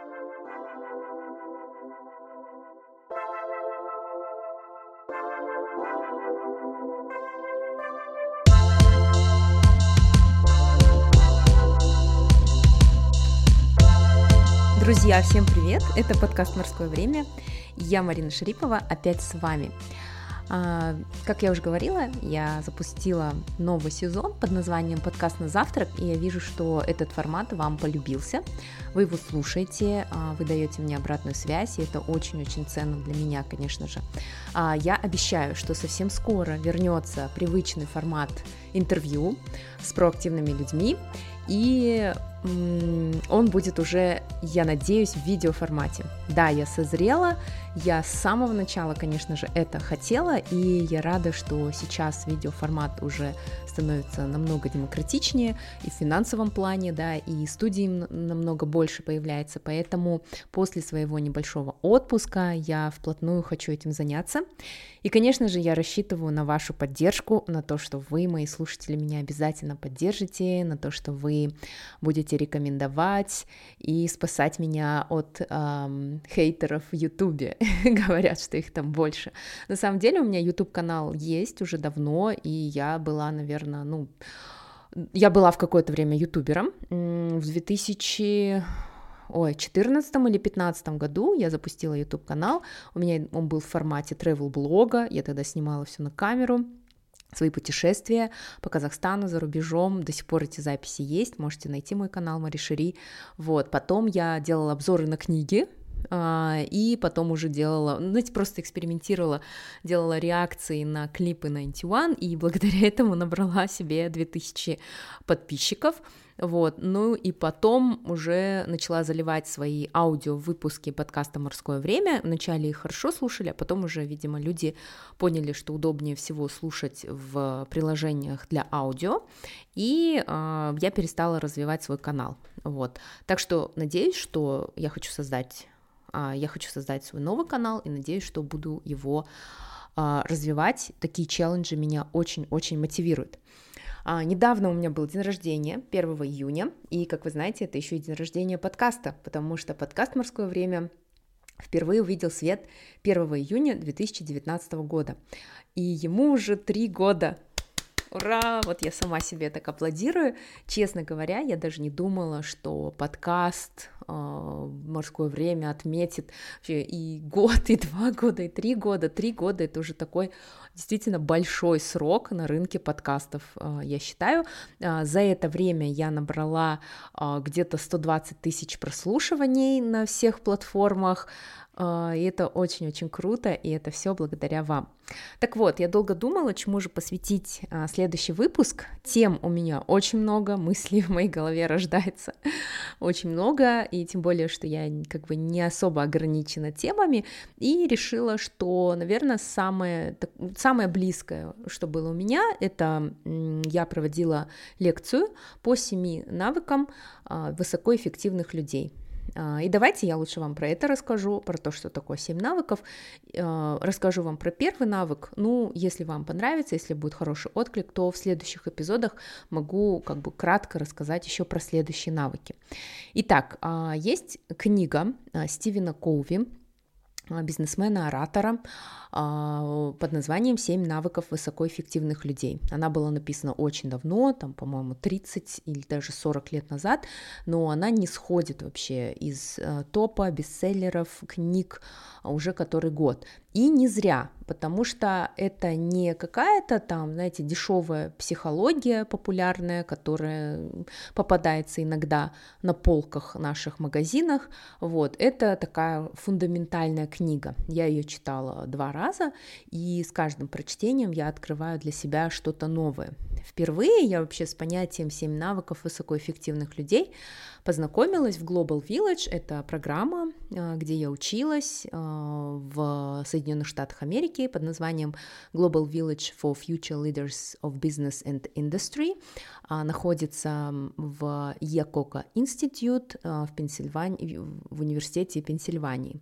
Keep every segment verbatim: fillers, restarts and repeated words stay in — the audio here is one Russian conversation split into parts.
Друзья, всем привет! Это подкаст «Морское время». Я Марина Шарипова, опять с вами. Как я уже говорила, я запустила новый сезон под названием «Подкаст на завтрак», и я вижу, что этот формат вам полюбился. Вы его слушаете, вы даете мне обратную связь, и это очень-очень ценно для меня, конечно же. Я обещаю, что совсем скоро вернется привычный формат интервью с проактивными людьми, и он будет уже, я надеюсь, в видеоформате. Да, я созрела, я с самого начала, конечно же, это хотела, и я рада, что сейчас видеоформат уже становится намного демократичнее и в финансовом плане, да, и студий намного больше появляется, поэтому после своего небольшого отпуска я вплотную хочу этим заняться. И, конечно же, я рассчитываю на вашу поддержку, на то, что вы, мои слушатели, меня обязательно поддержите, на то, что вы будете рекомендовать и спасать меня от эм, хейтеров в Ютубе. Говорят, что их там больше. На самом деле у меня YouTube-канал есть уже давно, и я была, наверное, ну... Я была в какое-то время ютубером. В две тысячи... Ой, четырнадцатом или пятнадцатом году я запустила YouTube-канал, у меня он был в формате travel-блога, я тогда снимала все на камеру, свои путешествия по Казахстану, за рубежом, до сих пор эти записи есть, можете найти мой канал Маришери, вот, потом я делала обзоры на книги, и потом уже делала, знаете, просто экспериментировала, делала реакции на клипы найнти уан, и благодаря этому набрала себе две тысячи подписчиков, вот, ну и потом уже начала заливать свои аудио-выпуски подкаста «Морское время», вначале их хорошо слушали, а потом уже, видимо, люди поняли, что удобнее всего слушать в приложениях для аудио, и э, я перестала развивать свой канал, вот, так что надеюсь, что я хочу создать Я хочу создать свой новый канал и надеюсь, что буду его а, развивать. Такие челленджи меня очень-очень мотивируют. А, недавно у меня был день рождения, первого июня, и, как вы знаете, это еще и день рождения подкаста, потому что подкаст «Морское время» впервые увидел свет первого июня две тысячи девятнадцатого года, и ему уже три года. Ура! Вот я сама себе так аплодирую. Честно говоря, я даже не думала, что подкаст э, «Морское время» отметит и год, и два года, и три года. Три года — это уже такой действительно большой срок на рынке подкастов, э, я считаю. Э, за это время я набрала э, где-то сто двадцать тысяч прослушиваний на всех платформах, и это очень-очень круто, и это все благодаря вам. Так вот, я долго думала, чему же посвятить а, следующий выпуск. Тем у меня очень много, мыслей в моей голове рождается очень много, и тем более, что я как бы не особо ограничена темами, и решила, что, наверное, самое, так, самое близкое, что было у меня, это м, я проводила лекцию по семи навыкам а, высокоэффективных людей. И давайте я лучше вам про это расскажу, про то, что такое семь навыков, расскажу вам про первый навык. Ну, если вам понравится, если будет хороший отклик, то в следующих эпизодах могу как бы кратко рассказать еще про следующие навыки. Итак, есть книга Стивена Коуви, бизнесмена-оратора, под названием «Семь навыков высокоэффективных людей». Она была написана очень давно, там, по-моему, тридцать или даже сорок лет назад, но она не сходит вообще из топа бестселлеров, книг уже который год. И не зря, потому что это не какая-то там, знаете, дешевая психология популярная, которая попадается иногда на полках наших магазинах. Вот, это такая фундаментальная книга. Я ее читала два раза, и с каждым прочтением я открываю для себя что-то новое. Впервые я вообще с понятием «семь навыков высокоэффективных людей» познакомилась в Global Village. Это программа, где я училась в Соединенных Штатах Америки под названием Global Village for Future Leaders of Business and Industry. Находится в Якока Институт в Пенсильвании, в университете Пенсильвании,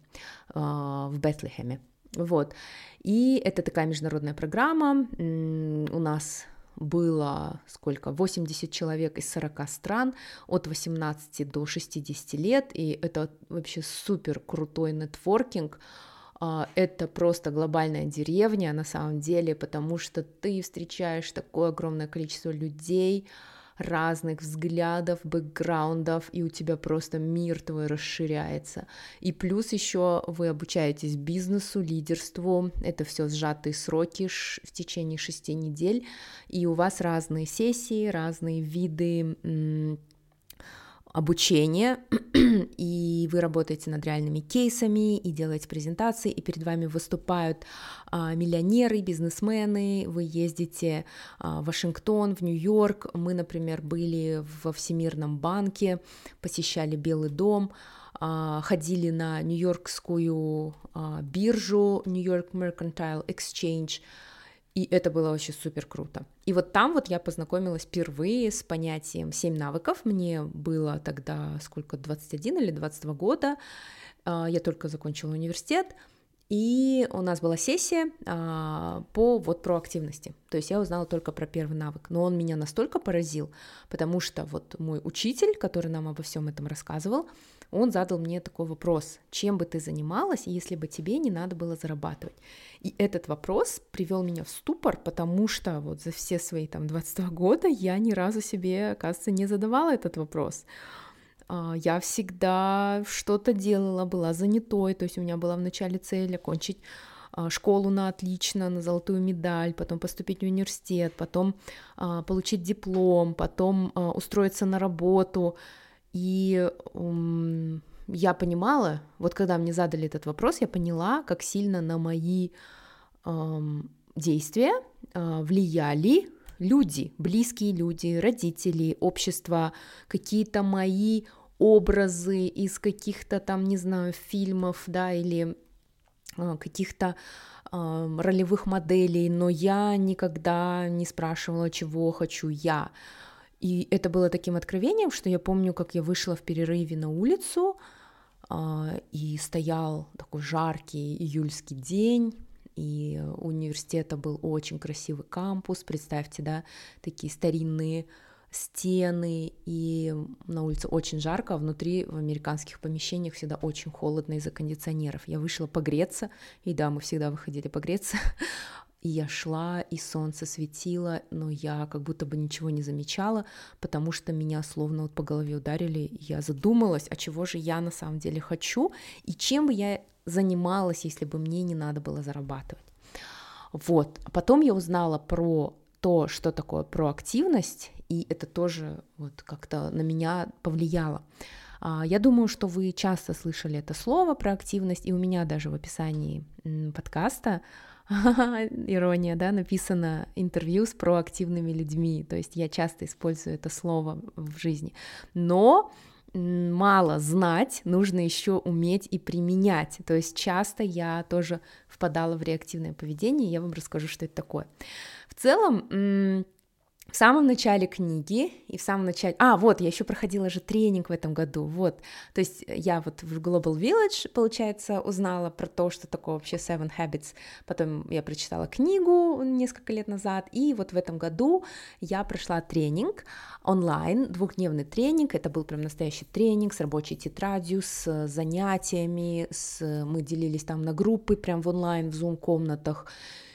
в Бетлехеме. Вот. И это такая международная программа. У нас было сколько, восемьдесят человек из сорока стран, от восемнадцати до шестидесяти лет, и это вообще супер крутой нетворкинг. Это просто глобальная деревня на самом деле, потому что ты встречаешь такое огромное количество людей, разных взглядов, бэкграундов, и у тебя просто мир твой расширяется. И плюс еще вы обучаетесь бизнесу, лидерству, это все сжатые сроки в течение шести недель, и у вас разные сессии, разные виды м- обучения, и вы работаете над реальными кейсами, и делаете презентации, и перед вами выступают а, миллионеры, бизнесмены, вы ездите а, в Вашингтон, в Нью-Йорк, мы, например, были во Всемирном банке, посещали Белый дом, а, ходили на Нью-Йоркскую а, биржу, New York Mercantile Exchange, и это было вообще супер круто. И вот там вот я познакомилась впервые с понятием семь навыков. Мне было тогда сколько, двадцать один или двадцать два года. Я только закончила университет. И у нас была сессия а, по вот проактивности. То есть я узнала только про первый навык. Но он меня настолько поразил, потому что вот мой учитель, который нам обо всем этом рассказывал, он задал мне такой вопрос: чем бы ты занималась, если бы тебе не надо было зарабатывать? И этот вопрос привел меня в ступор, потому что вот за все свои там двадцать два года я ни разу себе, оказывается, не задавала этот вопрос. Я всегда что-то делала, была занятой, то есть у меня была вначале цель окончить школу на отлично, на золотую медаль, потом поступить в университет, потом получить диплом, потом устроиться на работу. И я понимала, вот когда мне задали этот вопрос, я поняла, как сильно на мои действия влияли люди, близкие люди, родители, общество, какие-то мои образы из каких-то там, не знаю, фильмов, да, или э, каких-то э, ролевых моделей, но я никогда не спрашивала, чего хочу я. И это было таким откровением, что я помню, как я вышла в перерыве на улицу, э, и стоял такой жаркий июльский день, и у университета был очень красивый кампус, представьте, да, такие старинные стены, и на улице очень жарко, а внутри в американских помещениях всегда очень холодно из-за кондиционеров. Я вышла погреться, и да, мы всегда выходили погреться, и я шла, и солнце светило, но я как будто бы ничего не замечала, потому что меня словно вот по голове ударили, и я задумалась, а чего же я на самом деле хочу, и чем бы я занималась, если бы мне не надо было зарабатывать. Вот. Потом я узнала про то, что такое проактивность, и это тоже вот как-то на меня повлияло. Я думаю, что вы часто слышали это слово проактивность, и у меня даже в описании подкаста, ирония, да, написано интервью с проактивными людьми, то есть я часто использую это слово в жизни, но мало знать, нужно еще уметь и применять. То есть часто я тоже впадала в реактивное поведение, и я вам расскажу, что это такое. В целом, в самом начале книги и в самом начале... А, вот, я еще проходила же тренинг в этом году, вот. То есть я вот в Global Village, получается, узнала про то, что такое вообще Seven Habits. Потом я прочитала книгу несколько лет назад, и вот в этом году я прошла тренинг онлайн, двухдневный тренинг. Это был прям настоящий тренинг с рабочей тетрадью, с занятиями, с... мы делились там на группы прям в онлайн, в Zoom-комнатах,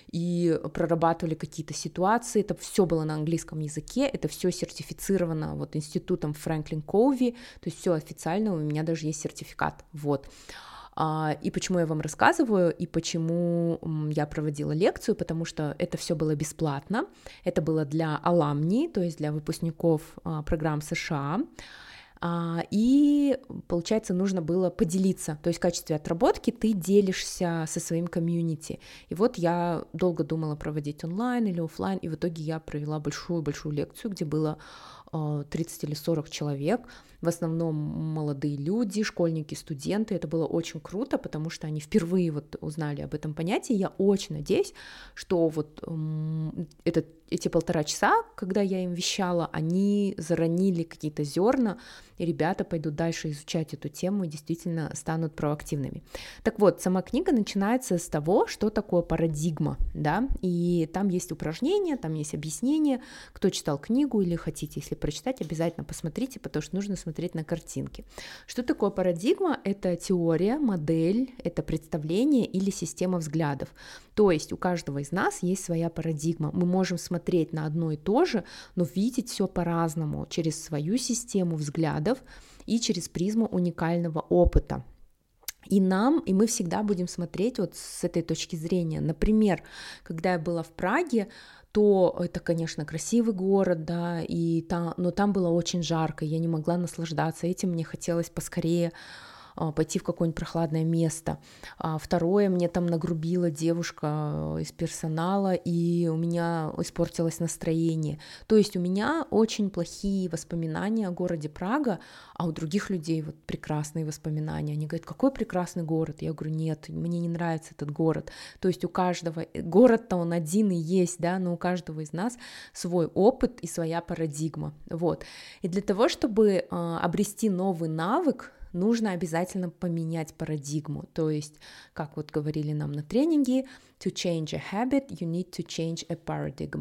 и прорабатывали какие-то ситуации, это все было на английском языке, это все сертифицировано вот институтом Фрэнклин Коуви, то есть все официально, у меня даже есть сертификат, вот. И почему я вам рассказываю, и почему я проводила лекцию, потому что это все было бесплатно, это было для аламни, то есть для выпускников программ США, и, получается, нужно было поделиться, то есть в качестве отработки ты делишься со своим комьюнити. И вот я долго думала, проводить онлайн или офлайн, и в итоге я провела большую-большую лекцию, где было тридцать или сорок человек, в основном молодые люди, школьники, студенты. Это было очень круто, потому что они впервые вот узнали об этом понятии. Я очень надеюсь, что вот этот, эти полтора часа, когда я им вещала, они заронили какие-то зерна и ребята пойдут дальше изучать эту тему и действительно станут проактивными. Так вот, сама книга начинается с того, что такое парадигма, да, и там есть упражнения, там есть объяснения. Кто читал книгу или хотите, если прочитать, обязательно посмотрите, потому что нужно смотреть на картинки. Что такое парадигма? Это теория, модель, это представление или система взглядов. То есть у каждого из нас есть своя парадигма. Мы можем смотреть на одно и то же, но видеть все по-разному, через свою систему взглядов и через призму уникального опыта. И нам, и мы всегда будем смотреть вот с этой точки зрения. Например, когда я была в Праге, то это, конечно, красивый город, да, и там, но там было очень жарко, я не могла наслаждаться этим, мне хотелось поскорее пойти в какое-нибудь прохладное место. Второе, мне там нагрубила девушка из персонала, и у меня испортилось настроение. То есть у меня очень плохие воспоминания о городе Прага, а у других людей вот прекрасные воспоминания. Они говорят, какой прекрасный город. Я говорю, нет, мне не нравится этот город. То есть у каждого, город-то он один и есть, да, но у каждого из нас свой опыт и своя парадигма. Вот. И для того, чтобы обрести новый навык, нужно обязательно поменять парадигму, то есть, как вот говорили нам на тренинге, to change a habit, you need to change a paradigm.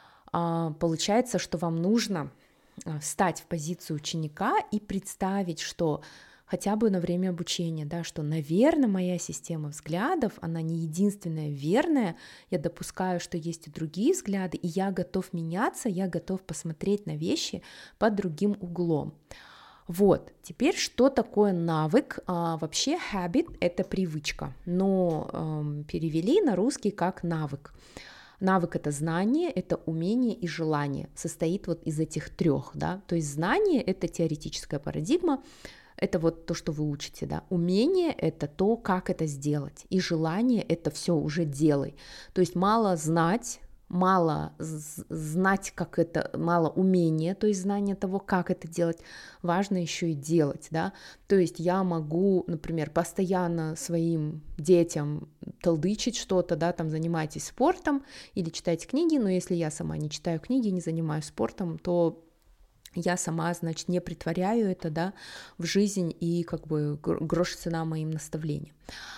А, получается, что вам нужно встать в позицию ученика и представить, что хотя бы на время обучения, да, что, наверное, моя система взглядов, она не единственная верная, я допускаю, что есть и другие взгляды, и я готов меняться, я готов посмотреть на вещи под другим углом. Вот, теперь что такое навык? А, вообще habit — это привычка, но эм, перевели на русский как навык. Навык — это знание, это умение и желание, состоит вот из этих трех, да, то есть знание — это теоретическая парадигма, это вот то, что вы учите, да, умение — это то, как это сделать, и желание — это все уже делай, то есть мало знать, мало знать, как это, мало умения, то есть знание того, как это делать, важно еще и делать, да, то есть я могу, например, постоянно своим детям толдычить что-то, да, там, занимайтесь спортом или читайте книги, но если я сама не читаю книги, не занимаюсь спортом, то я сама, значит, не претворяю это, да, в жизнь, и как бы грош цена моим наставлениям.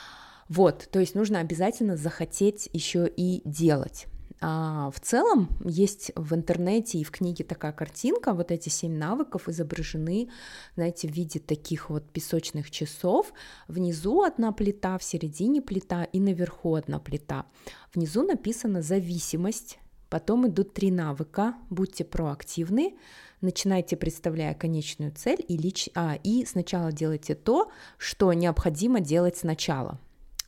Вот, то есть нужно обязательно захотеть еще и делать. А в целом есть в интернете и в книге такая картинка, вот эти семь навыков изображены, знаете, в виде таких вот песочных часов. Внизу одна плита, в середине плита и наверху одна плита. Внизу написано «зависимость», потом идут три навыка: будьте проактивны, начинайте, представляя конечную цель, и, лич... а, и сначала делайте то, что необходимо делать сначала.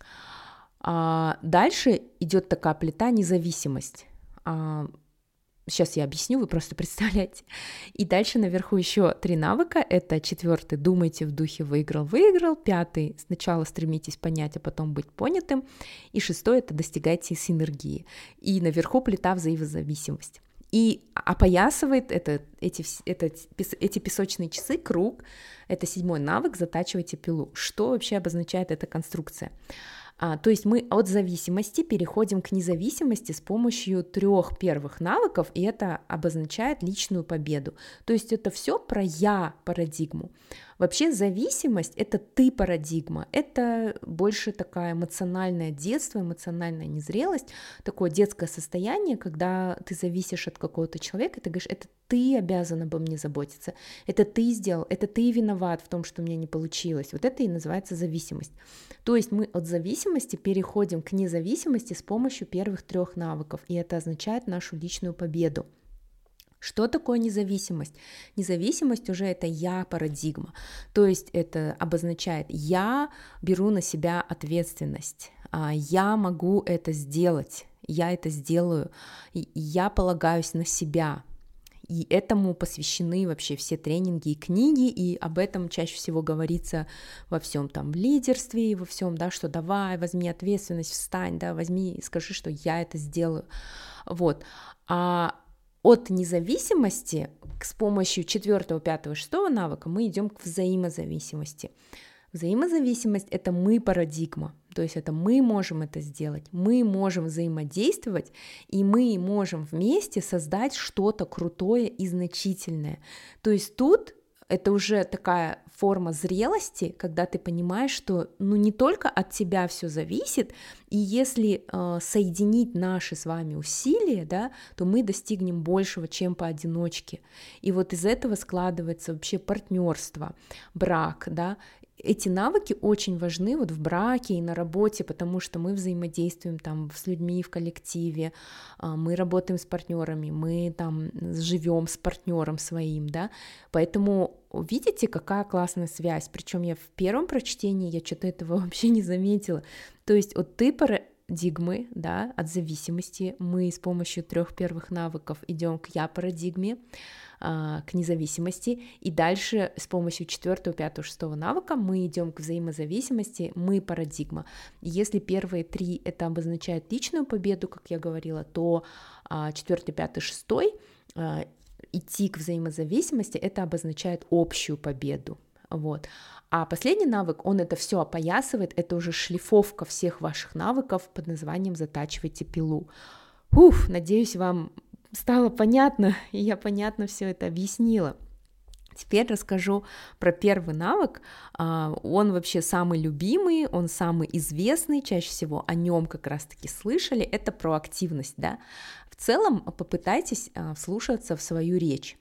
А дальше идет такая плита «независимость». А, сейчас я объясню, вы просто представляете. И дальше наверху еще три навыка. Это четвертый — думайте в духе «выиграл-выиграл», пятый — сначала стремитесь понять, а потом быть понятым, и шестой — это достигайте синергии. И наверху плита «взаимозависимость». И опоясывает это, эти, это, эти песочные часы круг. Это седьмой навык «затачивайте пилу». Что вообще обозначает эта конструкция? А, то есть мы от зависимости переходим к независимости с помощью трех первых навыков, и это обозначает личную победу. То есть это все про я парадигму. Вообще зависимость — это ты парадигма, это больше такая эмоциональное детство, эмоциональная незрелость, такое детское состояние, когда ты зависишь от какого-то человека, и ты говоришь, это ты обязан обо мне заботиться, это ты сделал, это ты виноват в том, что у меня не получилось. Вот это и называется зависимость. То есть мы от зависимости переходим к независимости с помощью первых трех навыков, и это означает нашу личную победу. Что такое независимость? Независимость уже это я-парадигма, то есть это обозначает я беру на себя ответственность, я могу это сделать, я это сделаю, я полагаюсь на себя. И этому посвящены вообще все тренинги и книги, и об этом чаще всего говорится во всем там в лидерстве, и во всем, да, что давай, возьми ответственность, встань, да, возьми, скажи, что я это сделаю, вот. А от независимости с помощью четвертого, пятого, шестого навыка мы идем к взаимозависимости. Взаимозависимость — это мы парадигма, то есть это мы можем это сделать, мы можем взаимодействовать, и мы можем вместе создать что-то крутое и значительное. То есть тут Это уже такая форма зрелости, когда ты понимаешь, что ну не только от тебя все зависит, и если э, соединить наши с вами усилия, да, то мы достигнем большего, чем поодиночке. И вот из этого складывается вообще партнерство, брак, да. Эти навыки очень важны вот в браке и на работе, потому что мы взаимодействуем там с людьми в коллективе, мы работаем с партнерами, мы там живем с партнером своим, да, поэтому видите, какая классная связь, причем я в первом прочтении, я что-то этого вообще не заметила, то есть от ты парадигмы, да, от зависимости, мы с помощью трех первых навыков идем к я парадигме, к независимости, и дальше с помощью четвертого, пятого, шестого навыка мы идем к взаимозависимости, мы парадигма. Если первые три это обозначает личную победу, как я говорила, то четвертый, пятый, шестой идти к взаимозависимости это обозначает общую победу. Вот. А последний навык, он это все опоясывает, это уже шлифовка всех ваших навыков под названием «Затачивайте пилу». Уф, надеюсь, вам стало понятно, и я понятно все это объяснила. Теперь расскажу про первый навык. Он вообще самый любимый, он самый известный, чаще всего о нем как раз-таки слышали, это проактивность, да. В целом попытайтесь вслушаться в свою речь.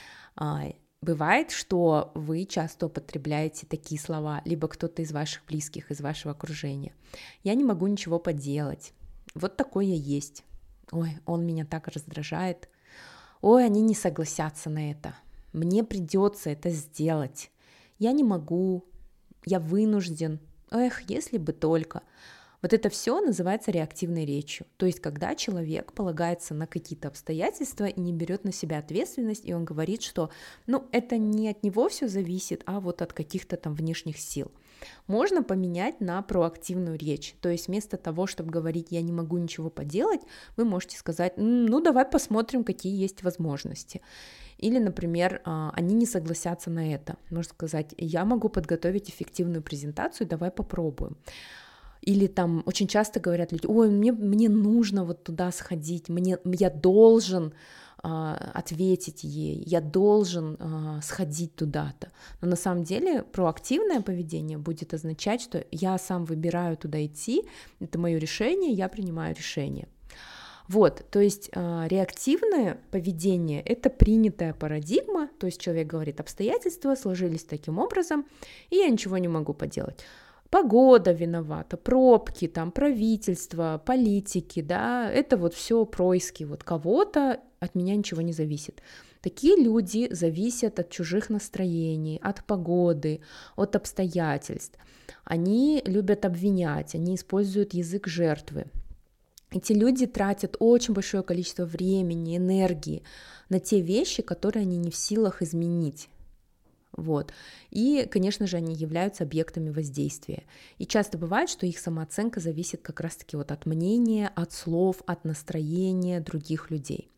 Бывает, что вы часто употребляете такие слова, либо кто-то из ваших близких, из вашего окружения. Я не могу ничего поделать, вот такой я есть. Ой, он меня так раздражает. Ой, они не согласятся на это. Мне придется это сделать. Я не могу. Я вынужден. Эх, если бы только. Вот это все называется реактивной речью. То есть, когда человек полагается на какие-то обстоятельства и не берет на себя ответственность, и он говорит, что ну, это не от него все зависит, а вот от каких-то там внешних сил. Можно поменять на проактивную речь, то есть вместо того, чтобы говорить «я не могу ничего поделать», вы можете сказать «ну, давай посмотрим, какие есть возможности». Или, например, они не согласятся на это. Можно сказать «я могу подготовить эффективную презентацию, давай попробуем». Или там очень часто говорят люди, ой, мне, мне нужно вот туда сходить, мне, я должен а, ответить ей, я должен а, сходить туда-то. Но на самом деле проактивное поведение будет означать, что я сам выбираю туда идти, это мое решение, я принимаю решение. Вот, то есть э, реактивное поведение – это принятая парадигма, то есть человек говорит, обстоятельства сложились таким образом, и я ничего не могу поделать. Погода виновата, пробки, там, правительство, политики, да, это вот все происки вот кого-то, от меня ничего не зависит. Такие люди зависят от чужих настроений, от погоды, от обстоятельств. Они любят обвинять, они используют язык жертвы. Эти люди тратят очень большое количество времени, энергии на те вещи, которые они не в силах изменить. Вот. И, конечно же, они являются объектами воздействия. И часто бывает, что их самооценка зависит как раз-таки вот от мнения, от слов, от настроения других людей.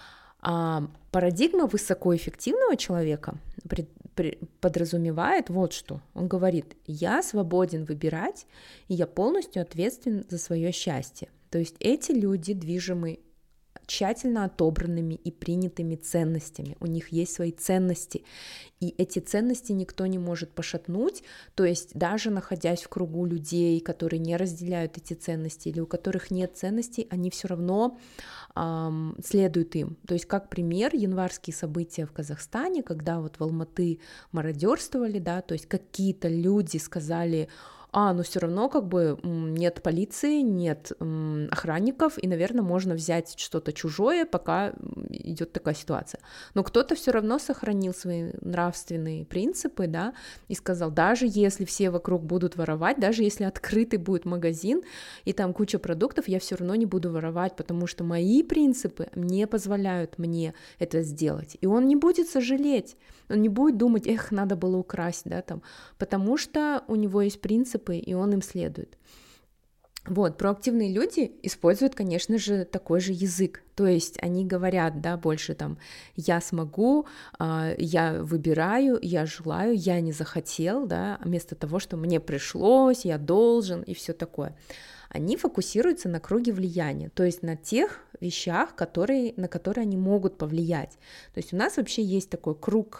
А парадигма высокоэффективного человека пред, пред, подразумевает вот что. Он говорит, я свободен выбирать, и я полностью ответственен за свое счастье. То есть эти люди движимы тщательно отобранными и принятыми ценностями. У них есть свои ценности, и эти ценности никто не может пошатнуть, то есть даже находясь в кругу людей, которые не разделяют эти ценности или у которых нет ценностей, они все равно эм, следуют им. То есть как пример, январские события в Казахстане, когда вот в Алматы мародерствовали, да, то есть какие-то люди сказали, а, но все равно как бы нет полиции, нет м, охранников, и, наверное, можно взять что-то чужое, пока идет такая ситуация. Но кто-то все равно сохранил свои нравственные принципы, да, и сказал, даже если все вокруг будут воровать, даже если открытый будет магазин, и там куча продуктов, я все равно не буду воровать, потому что мои принципы не позволяют мне это сделать. И он не будет сожалеть, он не будет думать, эх, надо было украсть, да, там, потому что у него есть принципы, и он им следует. Вот, проактивные люди используют, конечно же, такой же язык, то есть они говорят, да, больше там «я смогу», «я выбираю», «я желаю», «я не захотел», да, вместо того, что «мне пришлось», «я должен» и все такое. Они фокусируются на круге влияния, то есть на тех вещах, которые, на которые они могут повлиять. То есть у нас вообще есть такой круг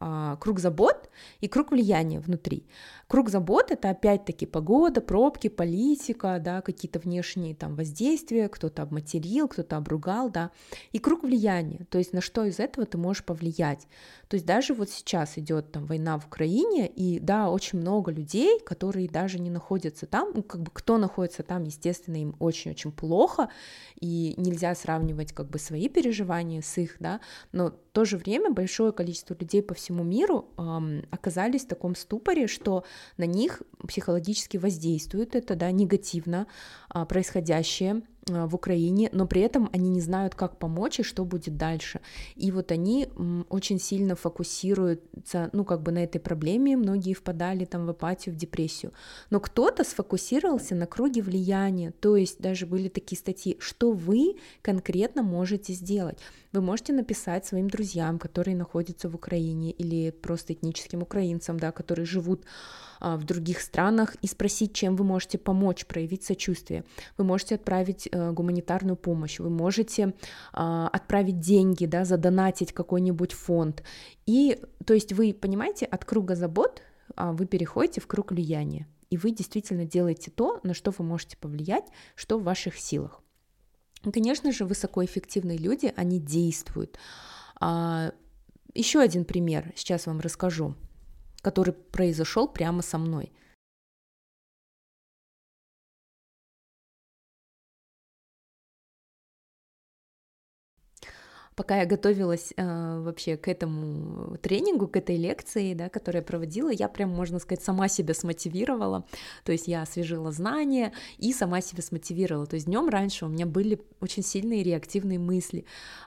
а, круг забот и круг влияния внутри. Круг забот — это опять-таки погода, пробки, политика, да, какие-то внешние там воздействия, кто-то обматерил, кто-то обругал, да, и круг влияния, то есть на что из этого ты можешь повлиять. То есть даже вот сейчас идет там война в Украине, и да, очень много людей, которые даже не находятся там, ну, как бы кто находится там, естественно, им очень-очень плохо, и нельзя сравнивать как бы свои переживания с их, да, но в то же время большое количество людей по всему миру эм, оказались в таком ступоре, что на них психологически воздействует это, да, негативно а, происходящее а, в Украине, но при этом они не знают, как помочь и что будет дальше. И вот они м, очень сильно фокусируются, ну, как бы на этой проблеме, многие впадали там в апатию, в депрессию. Но кто-то сфокусировался на круге влияния, то есть даже были такие статьи, что вы конкретно можете сделать. Вы можете написать своим друзьям, которые находятся в Украине, или просто этническим украинцам, да, которые живут а, в других странах, и спросить, чем вы можете помочь, проявить сочувствие. Вы можете отправить а, гуманитарную помощь, вы можете а, отправить деньги, да, задонатить какой-нибудь фонд. И, то есть вы, понимаете, от круга забот а, вы переходите в круг влияния, и вы действительно делаете то, на что вы можете повлиять, что в ваших силах. Конечно же, высокоэффективные люди, они действуют. А, еще один пример сейчас вам расскажу, который произошел прямо со мной. Пока я готовилась э, вообще к этому тренингу, к этой лекции, да, которую я проводила, я прям, можно сказать, сама себя смотивировала, то есть я освежила знания и сама себя смотивировала, то есть днем раньше у меня были очень сильные реактивные мысли,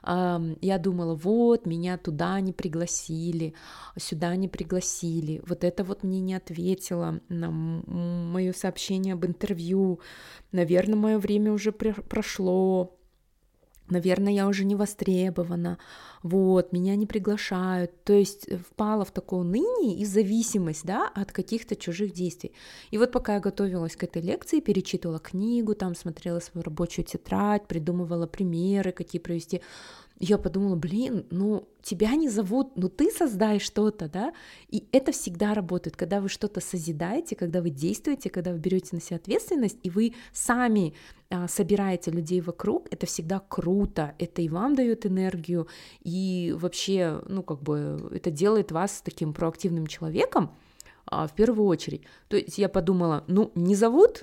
э, я думала, вот, меня туда не пригласили, сюда не пригласили, вот это вот мне не ответило на мое сообщение об интервью, наверное, мое время уже прошло, наверное, я уже не востребована, вот, меня не приглашают, то есть впала в такое уныние и зависимость, да, от каких-то чужих действий. И вот пока я готовилась к этой лекции, перечитывала книгу, там смотрела свою рабочую тетрадь, придумывала примеры, какие провести, я подумала, блин, ну тебя не зовут, ну ты создай что-то, да, и это всегда работает, когда вы что-то созидаете, когда вы действуете, когда вы берете на себя ответственность, и вы сами а, собираете людей вокруг, это всегда круто, это и вам дает энергию, и вообще, ну как бы это делает вас таким проактивным человеком а, в первую очередь. То есть я подумала, ну не зовут,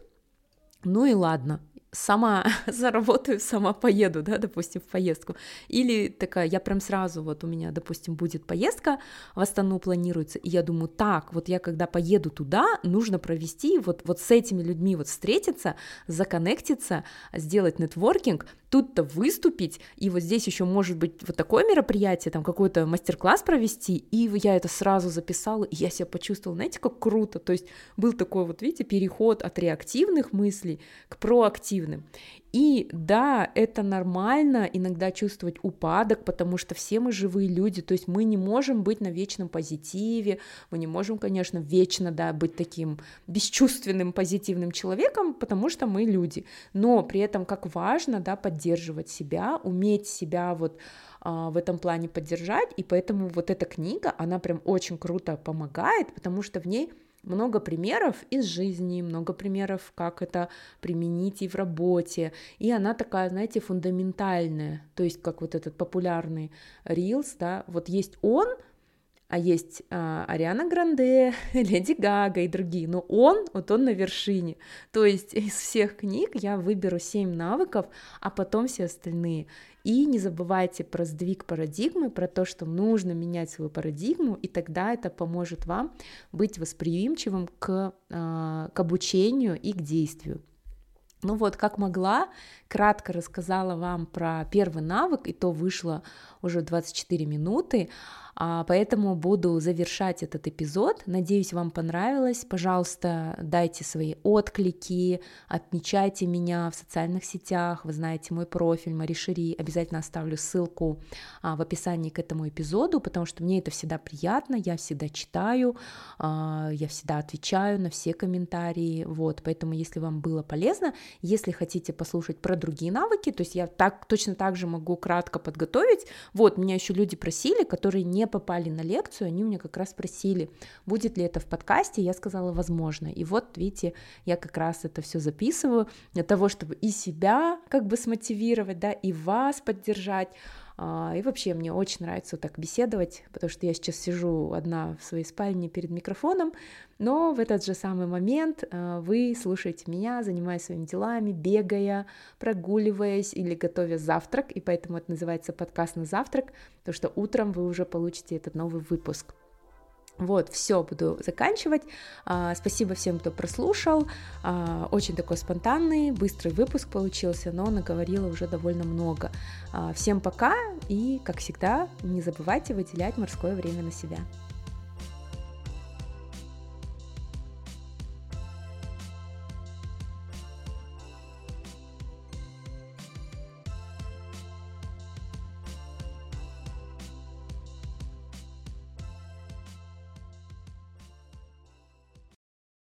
ну и ладно, сама заработаю, сама поеду, да, допустим, в поездку. Или такая, я прям сразу, вот у меня, допустим, будет поездка в Астану планируется, и я думаю, так, вот я когда поеду туда, нужно провести, вот, вот с этими людьми вот встретиться, законнектиться, сделать нетворкинг, тут-то выступить, и вот здесь еще может быть вот такое мероприятие, там какой-то мастер-класс провести, и я это сразу записала, и я себя почувствовала, знаете, как круто, то есть был такой вот, видите, переход от реактивных мыслей к проактивным. И да, это нормально иногда чувствовать упадок, потому что все мы живые люди, то есть мы не можем быть на вечном позитиве, мы не можем, конечно, вечно, да, быть таким бесчувственным позитивным человеком, потому что мы люди, но при этом как важно, да, поддерживать себя, уметь себя вот а, в этом плане поддержать, и поэтому вот эта книга, она прям очень круто помогает, потому что в ней много примеров из жизни, много примеров, как это применить и в работе, и она такая, знаете, фундаментальная, то есть как вот этот популярный Reels, да, вот есть он, а есть а, Ариана Гранде, Леди Гага и другие, но он, вот он на вершине, то есть из всех книг я выберу семь навыков, а потом все остальные. И не забывайте про сдвиг парадигмы, про то, что нужно менять свою парадигму, и тогда это поможет вам быть восприимчивым к, к обучению и к действию. Ну вот, как могла, кратко рассказала вам про первый навык, и то вышло уже двадцать четыре минуты, поэтому буду завершать этот эпизод. Надеюсь, вам понравилось. Пожалуйста, дайте свои отклики, отмечайте меня в социальных сетях. Вы знаете мой профиль Мари Шери. Обязательно оставлю ссылку в описании к этому эпизоду, потому что мне это всегда приятно. Я всегда читаю, я всегда отвечаю на все комментарии. Вот, поэтому, если вам было полезно, если хотите послушать про другие навыки, то есть я так, точно так же могу кратко подготовить. Вот, меня еще люди просили, которые не не попали на лекцию, они у меня как раз спросили, будет ли это в подкасте, я сказала, возможно. И вот, видите, я как раз это все записываю для того, чтобы и себя как бы смотивировать, да, и вас поддержать. И вообще мне очень нравится вот так беседовать, потому что я сейчас сижу одна в своей спальне перед микрофоном, но в этот же самый момент вы слушаете меня, занимаясь своими делами, бегая, прогуливаясь или готовя завтрак, и поэтому это называется подкаст на завтрак, потому что утром вы уже получите этот новый выпуск. Вот, все, буду заканчивать. А, спасибо всем, кто прослушал. А, очень такой спонтанный, быстрый выпуск получился, но наговорила уже довольно много. А, всем пока и, как всегда, не забывайте выделять морское время на себя.